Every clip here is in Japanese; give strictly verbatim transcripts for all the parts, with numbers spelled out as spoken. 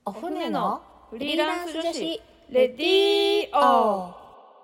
お船のフリーランス女子レディオ。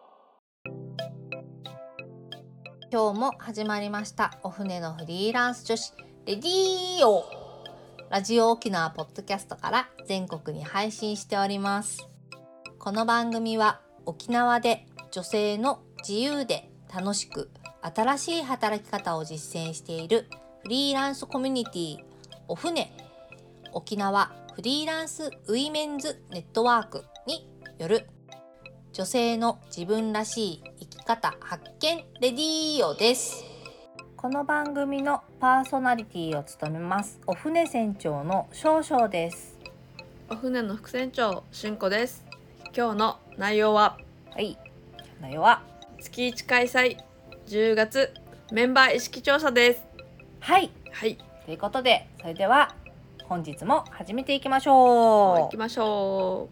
今日も始まりましたお船のフリーランス女子レディオ。ラジオ沖縄ポッドキャストから全国に配信しております。この番組は沖縄で女性の自由で楽しく新しい働き方を実践しているフリーランスコミュニティお船沖縄フリーランスウィメンズネットワークによる女性の自分らしい生き方発見レディオです。この番組のパーソナリティを務めますお船船長の少々です。 お船の副船長しゅんこです。今日の内容は、 はい、内容は月いち開催じゅうがつメンバー意識調査です。 はいはいということで、それでは本日も始めていきましょう。 行きましょう。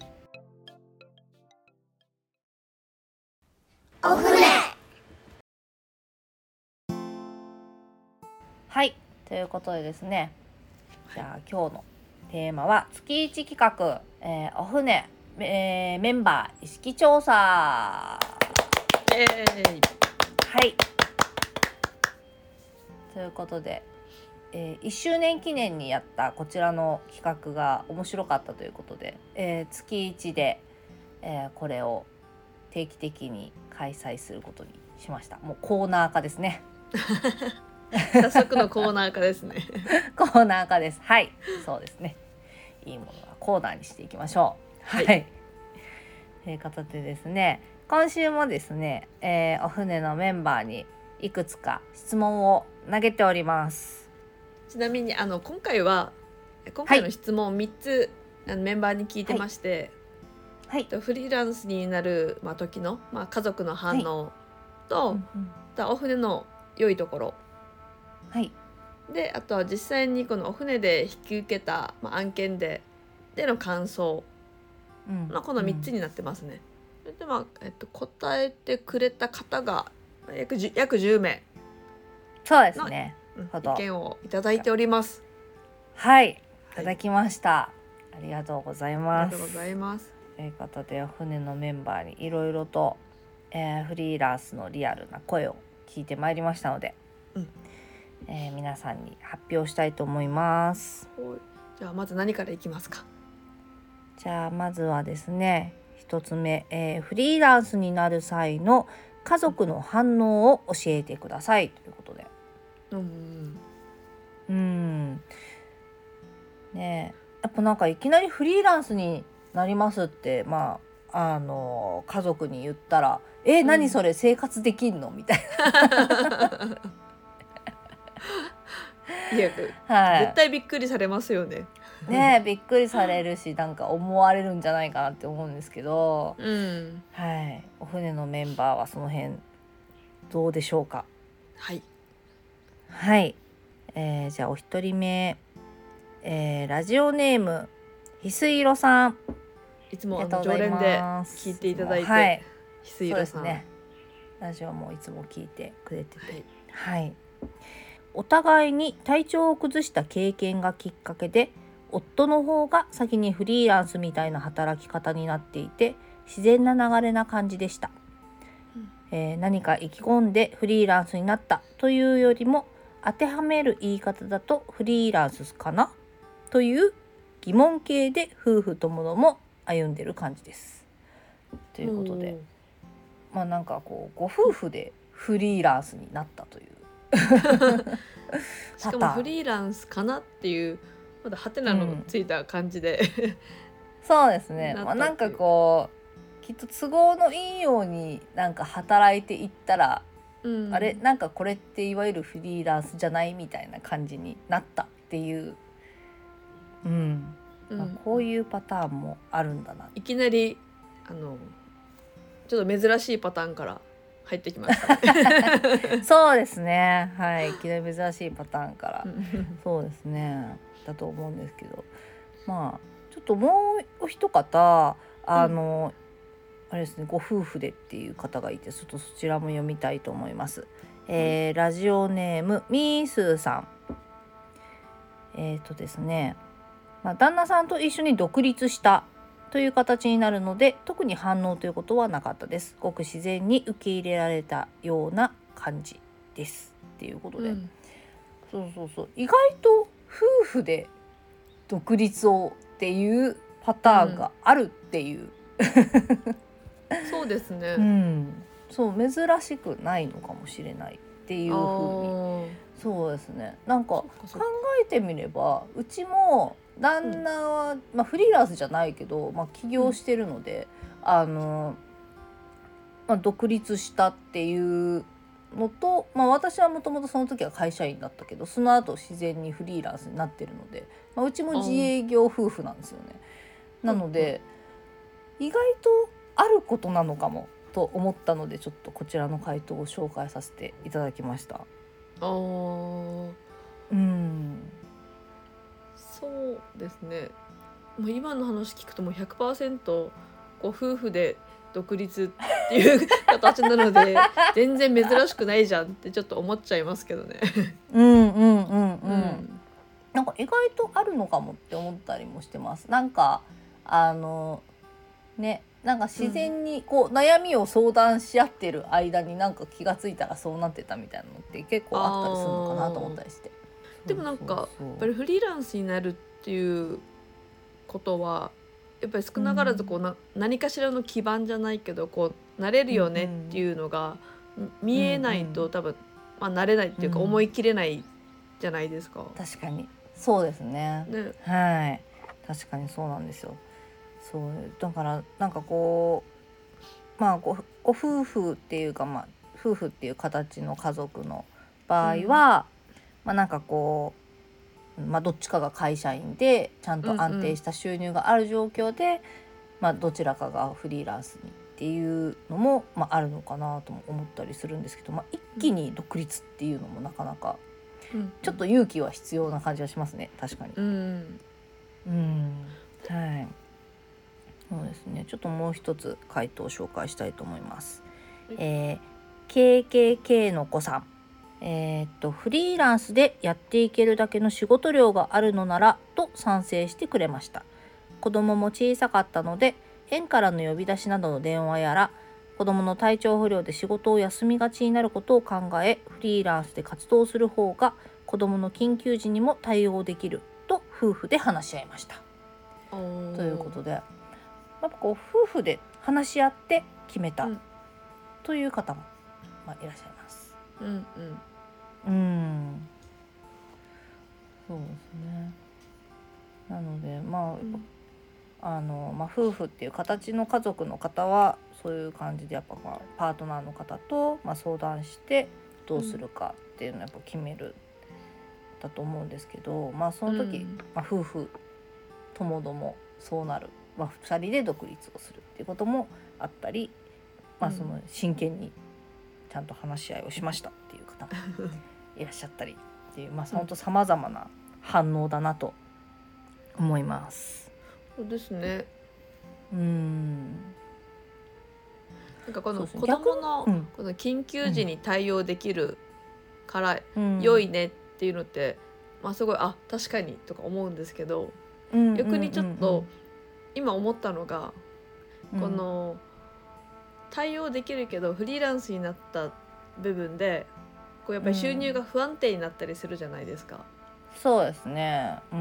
お船。はい、ということでですね、じゃあ今日のテーマは月いち企画、えー、お船、えー、メンバー意識調査。 イエーイ。 はい。ということで、えー、いっしゅうねん記念にやったこちらの企画が面白かったということで、えー、月いちで、えー、これを定期的に開催することにしました。もうコーナー化ですね。 早速のコーナー化ですね。 コーナー化です。はい、そうですね。いいものはコーナーにしていきましょう。はい。はい、ということでですね、今週もですね、えー、お船のメンバーにいくつか質問を投げております。 ちなみにあの今回は今回の質問をみっつ、はい、あのメンバーに聞いてまして、はい、フリーランスになる、まあ、時の、まあ、家族の反応と、はいうんうん、お船の良いところ、はい、であとは実際にこのお船で引き受けた、まあ、案件ででの感想、うんまあ、このみっつになってますね。うん、でまあえっと、答えてくれた方が約 10, 約じゅうめいそうですね、 うん、意見をいただいております。 はい、いただきました、はい、ありがとうございます。 ありがとうございます。 ということでお船のメンバーにいろいろと、えー、フリーランスのリアルな声を聞いてまいりましたので、うんえー、皆さんに発表したいと思います。 じゃあまず何からいきますか。 じゃあまずはですね、一つ目、えー、フリーランスになる際の家族の反応を教えてくださいということで、うんうんねえ、やっぱなんかいきなりフリーランスになりますってまああの家族に言ったらえ、うん、何それ生活できんのみたいないや、はい、絶対びっくりされますよね。 ねえびっくりされるしなんか思われるんじゃないかなって思うんですけど、うんはい、お船のメンバーはその辺どうでしょうか。 はいはい、えー、じゃあお一人目、えー、ラジオネームひすいろさん、 いつもあの常連で聞いていただいて、はい、ひすいろさん、 ね、ラジオもいつも聞いてくれてて、はい、はい、お互いに体調を崩した経験がきっかけで夫の方が先にフリーランスみたいな働き方になっていて自然な流れな感じでした、うんえー、何か意気込んでフリーランスになったというよりも当てはめる言い方だとフリーランスかなという疑問形で夫婦ともども歩んでる感じですということで、まあなんかこうご夫婦でフリーランスになったというしかもフリーランスかなっていうまだハテナのついた感じで、うん、 そうですねな、まあ、なんかこうきっと都合のいいようになんか働いていったら、うん、あれなんかこれっていわゆるフリーランスじゃないみたいな感じになったっていう、うんまあ、こういうパターンもあるんだな、 いきなりあのちょっと珍しいパターンから入ってきましたねそうですねはいいきなり珍しいパターンからそうですねだと思うんですけど、まあちょっともうお一方あの、うん、あれですねご夫婦でっていう方がいてちょっとそちらも読みたいと思います、えー、ラジオネームみーすーさん。えーとですねまあ、旦那さんと一緒に独立したという形になるので、特に反応ということはなかったです。ごく自然に受け入れられたような感じですっていうことで、うん、そうそうそう、意外と夫婦で独立をっていうパターンがあるっていう、うんそうですね、 うん、そう珍しくないのかもしれないっていう風に、そうですね、なんか考えてみればうちも旦那は、うんまあ、フリーランスじゃないけど、まあ、起業してるので、うん、あの、まあ、独立したっていうのと、まあ、私はもともとその時は会社員だったけど、その後自然にフリーランスになってるので、まあ、うちも自営業夫婦なんですよね。なので、うん、意外とあることなのかもと思ったので、ちょっとこちらの回答を紹介させていただきました。 あーうんそうですね、もう今の話聞くともう ひゃくパーセント こう夫婦で独立っていう形なので全然珍しくないじゃんってちょっと思っちゃいますけどねうんうんうんうん、うん、なんか意外とあるのかもって思ったりもしてます。なんかあのね、なんか自然にこう悩みを相談し合ってる間になんか気がついたらそうなってたみたいなのって結構あったりするのかなと思ったりして、 でもなんかやっぱりフリーランスになるっていうことはやっぱり少なからずこうな、うん、何かしらの基盤じゃないけどこうなれるよねっていうのが見えないと多分、まあ、なれないっていうか思い切れないじゃないですか。 確かにそうです ね, ねはい確かにそうなんですよ。そうだからなんかこうまあ ご, ご夫婦っていうか、まあ、夫婦っていう形の家族の場合は、うんまあ、なんかこう、まあ、どっちかが会社員でちゃんと安定した収入がある状況で、うんうんまあ、どちらかがフリーランスにっていうのも、まあ、あるのかなとも思ったりするんですけど、まあ、一気に独立っていうのもなかなかちょっと勇気は必要な感じはしますね。確かに、うんうん、はいそうですね、ちょっともう一つ回答を紹介したいと思います。えー、ケーケーケー の子さん、えー、っとフリーランスでやっていけるだけの仕事量があるのならと賛成してくれました。子供も小さかったので園からの呼び出しなどの電話やら子供の体調不良で仕事を休みがちになることを考え、フリーランスで活動する方が子供の緊急時にも対応できると夫婦で話し合いました。ということでやっぱこう夫婦で話し合って決めたという方も、まあ、いらっしゃいます。うんうん。うん。そうですね。なのでまあ、うん、あのまあ夫婦っていう形の家族の方はそういう感じでやっぱ、まあ、パートナーの方と、まあ、相談してどうするかっていうのをやっぱ決めるだと思うんですけど、まあその時、うんまあ、夫婦ともどもそうなる。まあ、ふたりで独立をするっていうこともあったり、まあ、その真剣にちゃんと話し合いをしましたっていう方もいらっしゃったりっていう、まあ、本当さまざまな反応だなと思います。 そうですね。 うーんなんかこの子どものこの緊急時に対応できるから良いねっていうのって、まあ、すごいあ確かにとか思うんですけど、逆にちょっと今思ったのが、うん、この対応できるけどフリーランスになった部分でこうやっぱり収入が不安定になったりするじゃないですか、 うん、そうですね、うん、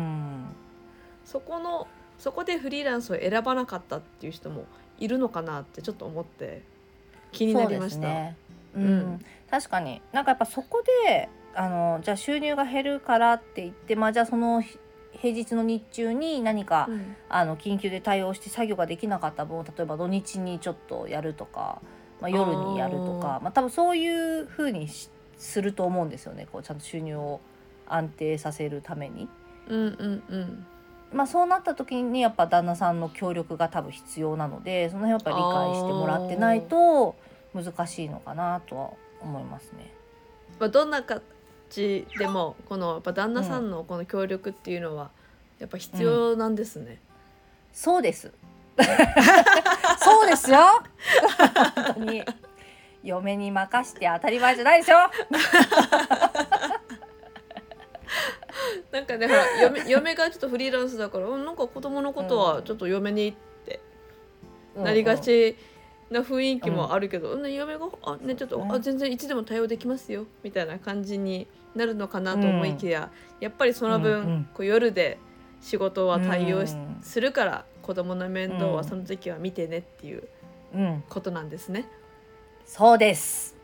そこのそこでフリーランスを選ばなかったっていう人もいるのかなってちょっと思って気になりました。そうですね、 うんうん、確かになんかやっぱそこであのじゃあ収入が減るからって言って、まあ、じゃあその平日の日中に何か、うん、あの緊急で対応して作業ができなかった分を例えば土日にちょっとやるとか、まあ、夜にやるとかまあ、多分そういう風にすると思うんですよね。こうちゃんと収入を安定させるために、うんうんうんまあ、そうなった時にやっぱ旦那さんの協力が多分必要なので、その辺やっぱり理解してもらってないと難しいのかなとは思いますね。 まあ、どんなかでもこのやっぱ旦那さんのこの協力っていうのはやっぱ必要なんですね、うん、 そうですそうですよ本当に嫁に任して当たり前じゃないでしょなんかねほら 嫁, 嫁がちょっとフリーランスだから、うん、なんか子供のことはちょっと嫁にってなりがちな雰囲気もあるけど、うんうん、嫁があ、ね、ちょっと、ね、あ全然いつでも対応できますよみたいな感じになるのかなと思いきや、うん、やっぱりその分、うんうん、こう夜で仕事は対応し、うん、するから子供の面倒はその時は見てねっていうことなんですね、うん、 そうです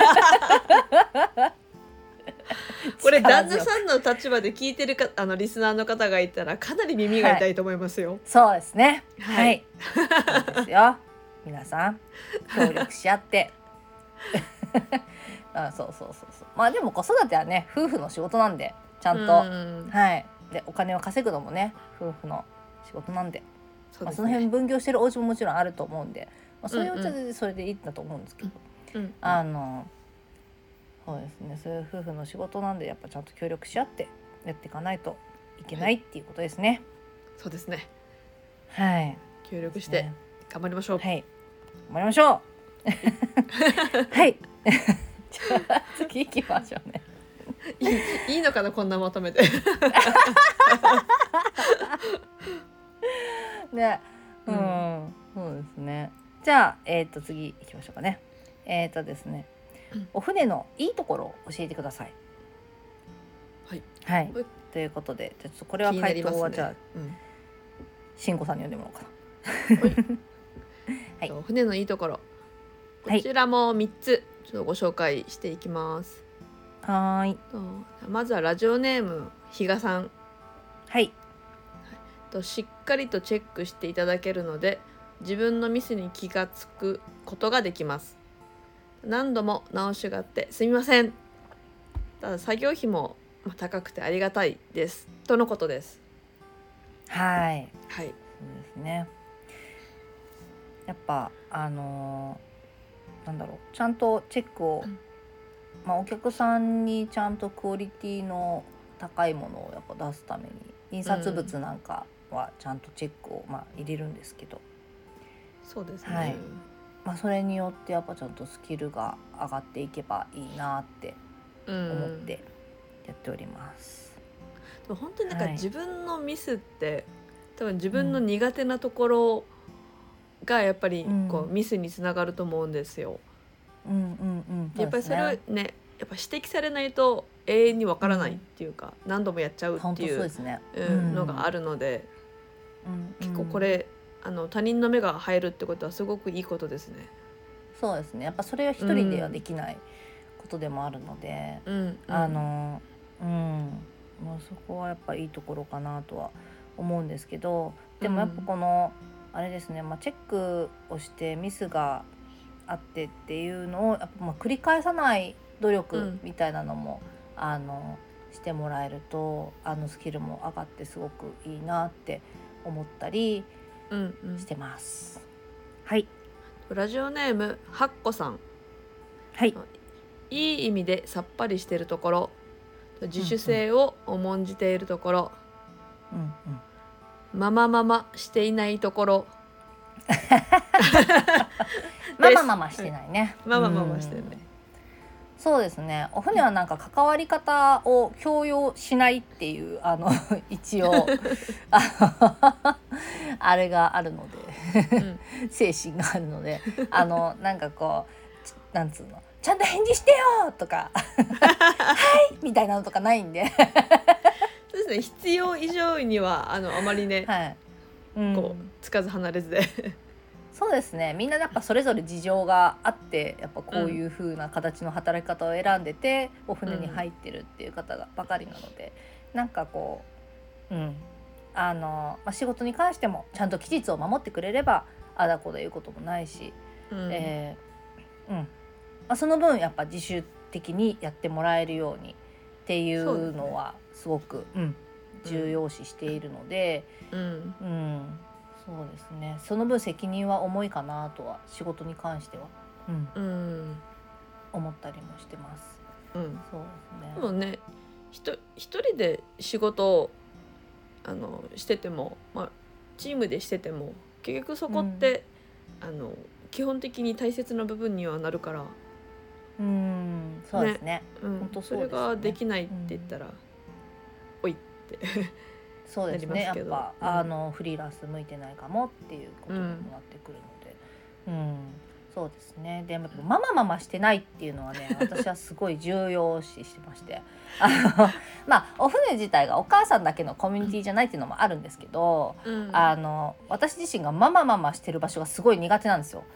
これ旦那さんの立場で聞いてるかあのリスナーの方がいたらかなり耳が痛いと思いますよ、はい、 そうですねはい、はい、そうですよ皆さん協力し合ってあそうそうそうそうまあでも子育てはね夫婦の仕事なんでちゃんと、んはいでお金を稼ぐのもね夫婦の仕事なんで そ, うです、ねまあ、その辺分業してるお家ももちろんあると思うんで、まあ、そういうお家でそれでいいんだと思うんですけど、うんうん、あのそうですねそういう夫婦の仕事なんでやっぱちゃんと協力し合ってやっていかないといけないっていうことですね、はい、 そうですねはい協力して頑張りましょう、 はい、頑張りましょうはいじゃあ次行きましょうねいい, いいのかなこんなまとめてね、うん、うん、そうですねじゃあ、えー、と次行きましょうかねえっ、ー、とですね、うん、お船のいいところを教えてくださいはい、 はい、ということでちょっとこれは回答はじゃあ、うん、慎吾さんに読んでもらおうかなはいはい、船のいいところこちらもみっつちょっとご紹介していきます。 はい。 まずはラジオネームひがさん。 はい。 としっかりとチェックしていただけるので自分のミスに気がつくことができます。何度も直しがあってすみません。ただ作業費も高くてありがたいですとのことです。 はい。 はい。そうですね。やっぱあのーなんだろうちゃんとチェックを、うんまあ、お客さんにちゃんとクオリティの高いものをやっぱ出すために印刷物なんかはちゃんとチェックを、まあ、入れるんですけど、 そうですね、 はいまあ、それによってやっぱちゃんとスキルが上がっていけばいいなって思ってやっております、 うん、でも本当になんか自分のミスって、はい、多分自分の苦手なところがやっぱりこう、うん、ミスにつながると思うんですよ。 うんうんうん、 やっぱりそれをねやっぱ指摘されないと永遠にわからないっていうか、うん、何度もやっちゃうっていう、 ねうん、のがあるので、うん、結構これあの他人の目が入るってことはすごくいいことですね。 そうですねやっぱそれは一人ではできないことでもあるので、うん、あのうんもうそこはやっぱいいところかなとは思うんですけどでもやっぱこの、うんあれですね、まあ、チェックをしてミスがあってっていうのをやっぱまあ繰り返さない努力みたいなのも、うん、あのしてもらえるとあのスキルも上がってすごくいいなって思ったりしてます、うんうん、はいラジオネームはっこさんはいいい意味でさっぱりしているところ自主性を重んじているところ、うんうんまままましていないところまままましてないねまままましてない、 そうですねお船はなんか関わり方を強要しないっていうあの一応あ, あれがあるので、うん、精神があるのであのなんかこうなんつうのちゃんと返事してよとかはいみたいなのとかないんでそうですね必要以上にはあのあまりね、はいうん、こうつかず離れずでそうですねみんなやっぱそれぞれ事情があってやっぱこういう風な形の働き方を選んでて、うん、お船に入ってるっていう方がばかりなので、うん、なんかこう、うんあのまあ、仕事に関してもちゃんと期日を守ってくれればあだこだ言うこともないし、うんえーうんまあ、その分やっぱ自主的にやってもらえるようにっていうのはすごく、うん、重要視しているので、うんうん、そうですねその分責任は重いかなとは仕事に関しては、うんうん、思ったりもしてます、うん、そうですねでもね一人で仕事をあのしてても、まあ、チームでしてても結局そこって、うん、あの基本的に大切な部分にはなるからうんそうですね、 ねうん、本当それができないって言ったら、うん、おいっってそうですね、やっぱ、うん、あのフリーランス向いてないかもっていうことにもなってくるので、うん、うん、そうですね。でもママママしてないっていうのはね私はすごい重要視してましてあのまあお船自体がお母さんだけのコミュニティじゃないっていうのもあるんですけど、うん、あの私自身がママママしてる場所がすごい苦手なんですよ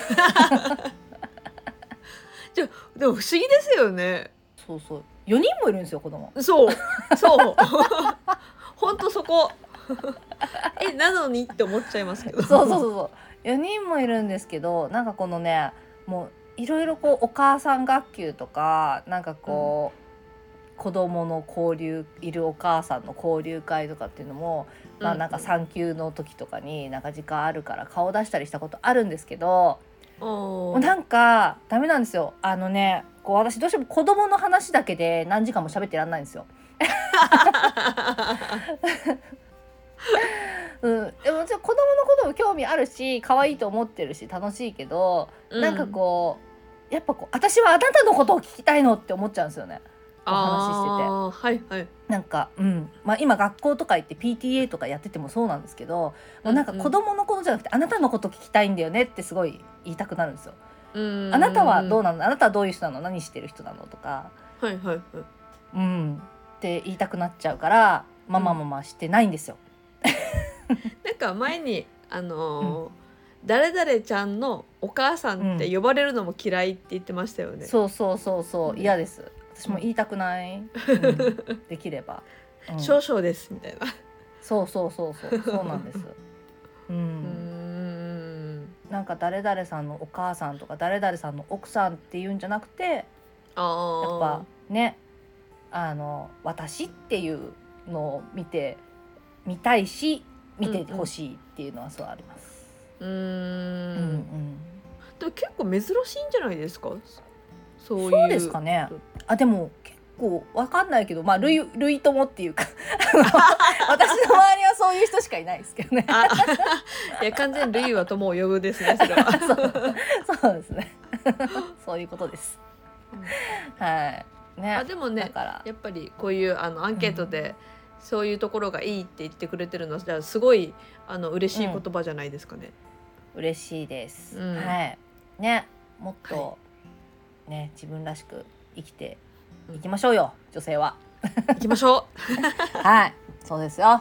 じゃでも不思議ですよね。 そうそう、よにんもいるんですよ、子供。 そうそう本当そこえなのにって思っちゃいますけどそうそうそうそうよにんもいるんですけど、なんかこのねもういろいろこうお母さん学級とかなんかこう、うん、子供の交流いるお母さんの交流会とかっていうのも、うん、まあなんか産休の時とかになんか時間あるから顔出したりしたことあるんですけど、もうなんかダメなんですよ。あのねこう私どうしても子供の話だけで何時間も喋ってらんないんですようん、でも子供のことも興味あるし可愛いと思ってるし楽しいけど、うん、なんかこうやっぱこう私はあなたのことを聞きたいのって思っちゃうんですよね、お話ししてて。はいはい、なんか、うんまあ、今学校とか行って ピーティーエー とかやっててもそうなんですけど、もうなんか子供のことじゃなくて、うんうん、あなたのこと聞きたいんだよねってすごい言いたくなるんですよ。うんあなたはどうなの、あなたはどういう人なの、何してる人なのとか、はいはいはい、うん、って言いたくなっちゃうからママママしてないんですよ、 うん、なんか前にあのーうん、誰々ちゃんのお母さんって呼ばれるのも嫌いって言ってましたよね、うん、 そうそうそうそう嫌です。私も言いたくない、うん、できれば、 うん、少々ですみたいな。 そうそうそうそうそうなんですうん、うんなんか誰々さんのお母さんとか誰々さんの奥さんっていうんじゃなくて、あやっぱねあの私っていうのを見て見たいし見てほしいっていうのはそうあります。うん、うんうん、 でも結構珍しいんじゃないですか、 そういう。そうですかね。あでも結構わかんないけど、まあ類類友っていうか私の周りはそういう人しかいないですけどね。 あいや完全に類は友を呼ぶですね、それは。 そうそうですね。そういうことです。うん、はいね。 あでもね、だからやっぱりこういうあのアンケートで、うん、そういうところがいいって言ってくれてるのはすごいあの嬉しい言葉じゃないですかね。 うん、嬉しいです。うん、はいね、もっと、はい、ね自分らしく生きていきましょうよ、うん、女性は。 行きましょう。はい、そうですよ。はい、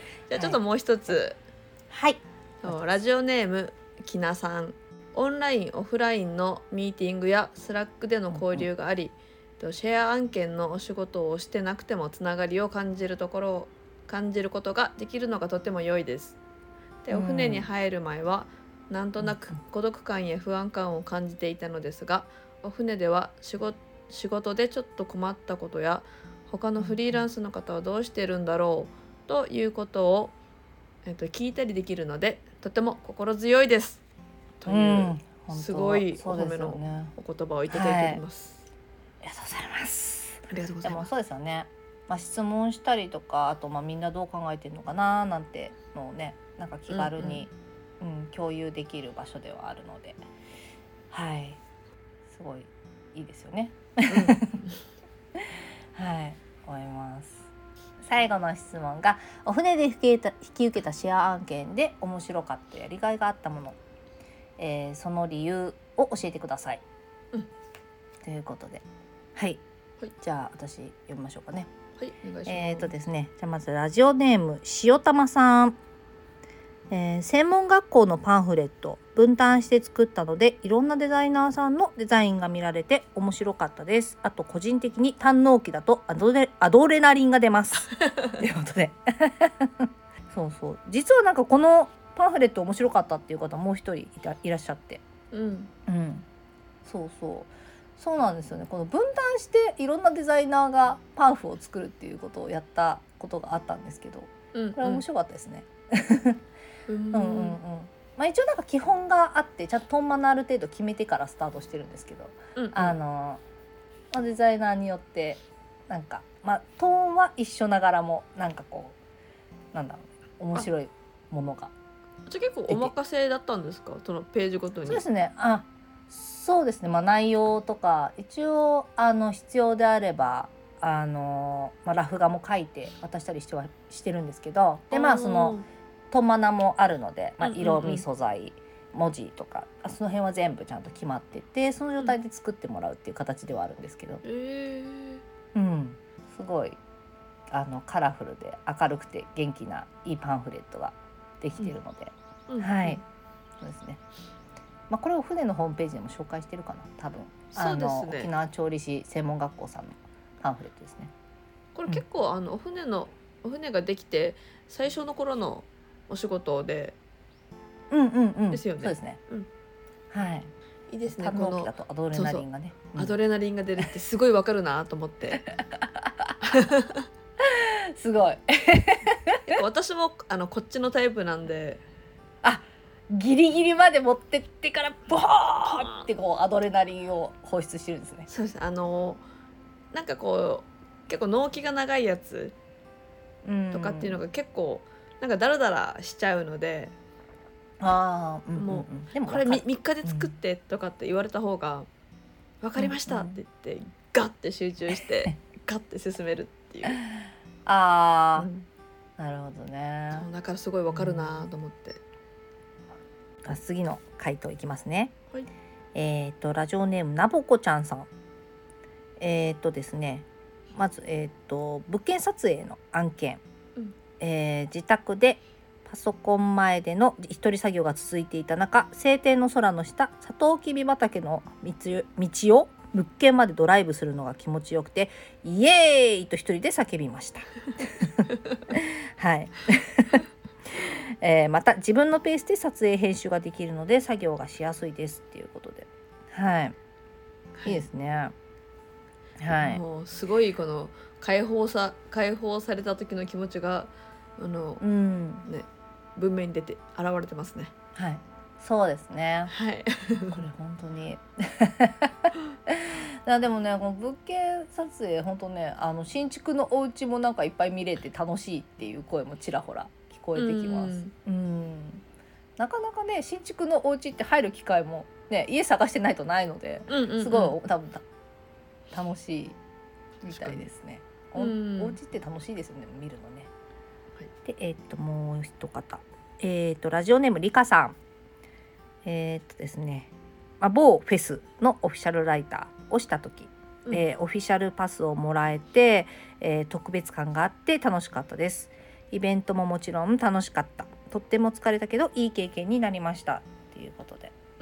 じゃあちょっともう一つ。 はい。 ラジオネームきなさん。オンラインオフラインのミーティングやスラックでの交流があり、うんうん、シェア案件のお仕事をしてなくてもつながりを感じるところを感じることができるのがとても良いです。で、お船に入る前はなんとなく孤独感や不安感を感じていたのですが、お船では仕事、仕事でちょっと困ったことや他のフリーランスの方はどうしているんだろうということを、えっと、聞いたりできるのでとても心強いですという、うん、すごいお褒めのお言葉をいただいております、 はい、ありがとうございます。 ありがとうございます。 でもそうですよね、まあ、質問したりとかあとまあみんなどう考えてるのかななんてのをねなんか気軽に、うんうんうん、共有できる場所ではあるので、はいすごいいいですよね、うん、はい思います。最後の質問がお船で引き受けた、引き受けたシェア案件で面白かったやりがいがあったもの、えー、その理由を教えてください、うん、ということで、はい、はい、じゃあ私読みましょうかね。 はい、お願いします。 えーとですね、じゃあまずラジオネーム塩玉さん、えー、専門学校のパンフレット分担して作ったのでいろんなデザイナーさんのデザインが見られて面白かったです。あと個人的に胆の期だとアドレ、アドレナリンが出ますということでそうそう実はなんかこのパンフレット面白かったっていう方もう一人いたいらっしゃって、うんうん、そうそうそうなんですよね。この分担していろんなデザイナーがパンフを作るっていうことをやったことがあったんですけど、うんうん、これは面白かったですねうんうんうん、まあ、一応なんか基本があってちゃんとトーンマナある程度決めてからスタートしてるんですけど、うんうん、あのデザイナーによってなんか、まあ、トーンは一緒ながらもなんかこうなんだろう面白いものがじゃ結構お任せだったんですか、そのページごとに。 そうですね、あそうですね、まあ、内容とか一応あの必要であればあの、まあ、ラフ画も描いて渡したりしてはしてるんですけど、でまあそのトマナもあるので、まあ、色味、素材、文字とかその辺は全部ちゃんと決まってて、その状態で作ってもらうっていう形ではあるんですけど、 えー、うんすごいあのカラフルで明るくて元気ないいパンフレットができているので、うん、はい、うん、そうですね。まあ、これを船のホームページでも紹介してるかな多分。あのそうですね、沖縄調理師専門学校さんのパンフレットですね。 これ結構、うん、あのお船のお船ができて最初の頃のお仕事で、 うんうんうん、 ですよね。 そうですね。うん、はい。 いいですね。 このだとアドレナリンがね、 そうそう、うん、アドレナリンが出るってすごいわかるなと思って。 すごい。 私もあのこっちのタイプなんで。 あ、ギリギリまで持ってってからボーってこうアドレナリンを放出してるんですね。 そうです。あのなんかこう結構納期が長いやつとかっていうのが結構なんかダラダラしちゃうので、 あ、うんうんうん、 もうでもこれ み, みっかで作ってとかって言われた方が、うん、分かりましたって言って、うん、ガッて集中してガッて進めるっていう。 ああ、うん、なるほどね。 そうだからすごい分かるなと思って、 うん、次の回答いきますね。 はい、 えっ、ー、とラジオネームなぼこちゃんさん。えっ、ー、とですねまず、えー、と物件撮影の案件、うん、えー、自宅でパソコン前での一人作業が続いていた中、晴天の空の下、サトウキビ畑の道を物件までドライブするのが気持ちよくて、イエーイと一人で叫びました。はい、えー、また自分のペースで撮影編集ができるので作業がしやすいですっていうことで、はい、いいですね。はい、 もうすごいこの解放さ解放された時の気持ちがあの、 うんね、文面に出て現れてますね。 はい、そうですね。 はい、 これ本当にでもねこの物件撮影本当ねあの新築のお家もなんかいっぱい見れて楽しいっていう声もちらほら聞こえてきます。うん、うんなかなかね新築のお家って入る機会もね家探してないとないので、 うんうんうん、 すごい多分楽しいみたいですね。お, お家って楽しいですよね見るのね。はい、でえー、っともう一方、えー、っとラジオネームリカさん。えー、っとですね、まあ、某フェスのオフィシャルライターをした時、うんえー、オフィシャルパスをもらえて、えー、特別感があって楽しかったです。イベントももちろん楽しかった。とっても疲れたけどいい経験になりましたっていうことで、 うん、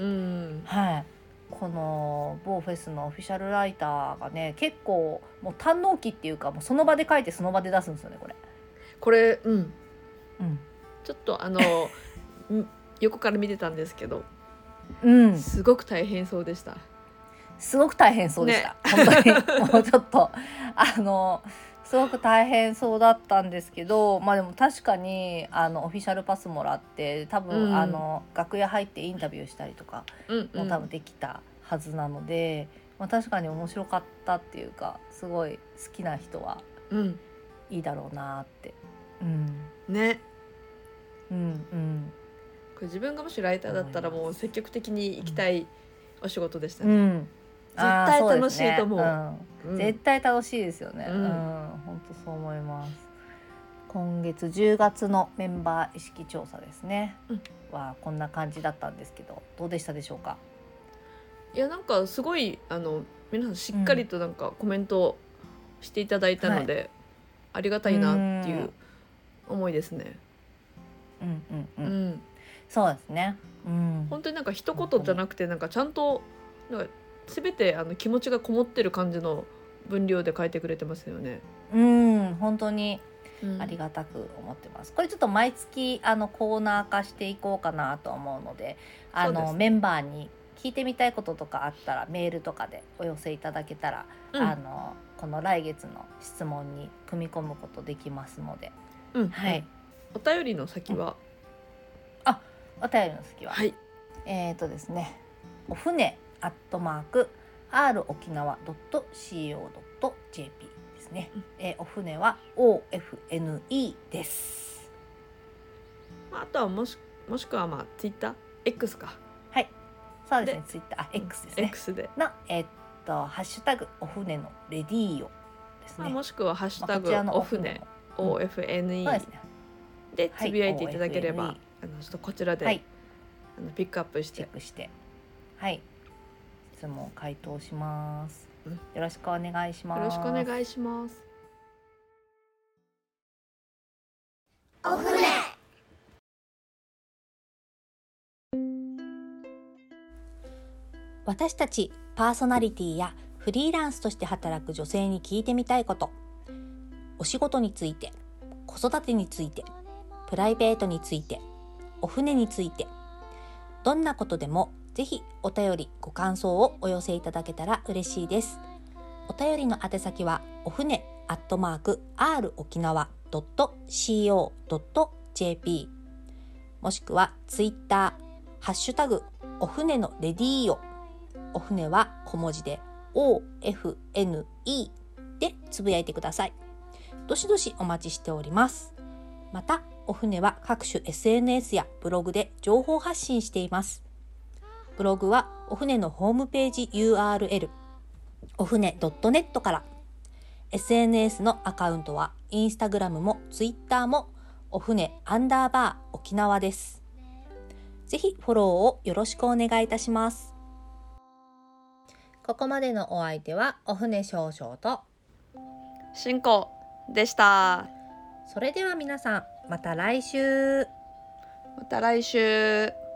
はい。この某フェスのオフィシャルライターがね結構もう堪能期っていうかもうその場で書いてその場で出すんですよねこれ。 これうん、 うん、 ちょっとあの横から見てたんですけど、 うん、 すごく大変そうでした。 すごく大変そうでした、ね、本当にもうちょっとあのすごく大変そうだったんですけど、まあでも確かにあのオフィシャルパスもらって多分、うん、あの楽屋入ってインタビューしたりとかも多分できたはずなので、うんうんまあ、確かに面白かったっていうかすごい好きな人はいいだろうなって、うん、 ね、 うんうんこれ自分がもしライターだったらもう積極的に行きたいお仕事でしたね、 うん、 絶対楽しいと思う、ねうん、絶対楽しいですよね、うんうん、本当そう思います。今月じゅうがつのメンバー意識調査ですね、うん、はこんな感じだったんですけどどうでしたでしょうか。 いやなんかすごいあの皆さんしっかりとなんかコメントしていただいたので、はい、ありがたいなっていう思いですね。 うんうんうん、うん、そうですね、うん、 本当になんか一言じゃなくてなんかちゃんとなんか全てあの気持ちがこもってる感じの分量で書いてくれてますよね。 うん本当にありがたく思ってます、うん、これちょっと毎月あのコーナー化していこうかなと思うのであの、ね、メンバーに聞いてみたいこととかあったらメールとかでお寄せいただけたら、うん、あのこの来月の質問に組み込むことできますので、 うんはい、お便りの先は、うん、 あお便りの先は、 はい、 えっとですねお船アットマーク アール 沖縄 ドット シーオー ドット ジェーピー ですね、うんえー、お船は オーエフエヌイー です。 あとはもしもしくはまあツイッター X かはいそうですねツイッターあ X ですね X でのえー、っとハッシュタグお船のレディーオでですね、 まあ、もしくはハッシュタグ、 まあ、 お船 オーエフエヌイー、 そうですね、 でつぶやいていただければ、 はい、 あのちょっとこちらで、 はい、 あのピックアップしてチェックして、はい、質問回答します、 うん、よろしくお願いします。 よろしくお願いします。 お船。私たちパーソナリティやフリーランスとして働く女性に聞いてみたいこと、お仕事について、子育てについて、プライベートについて、お船について、どんなことでもぜひお便りご感想をお寄せいただけたら嬉しいです。お便りの宛先はお船アットマーク アール 沖縄 ドット シーオー ドット ジェーピー もしくはツイッターハッシュタグお船のレディーオ、お船は小文字で オーエフエヌイー でつぶやいてください。どしどしお待ちしております。またお船は各種 エスエヌエス やブログで情報発信しています。ブログはお船のホームページ ユーアールエル お船 ドットネット から、 エスエヌエス のアカウントはインスタグラムもツイッターもお船アンダーバー沖縄です。ぜひフォローをよろしくお願いいたします。ここまでのお相手はお船少々としんこでした。 それでは皆さんまた来週。 また来週。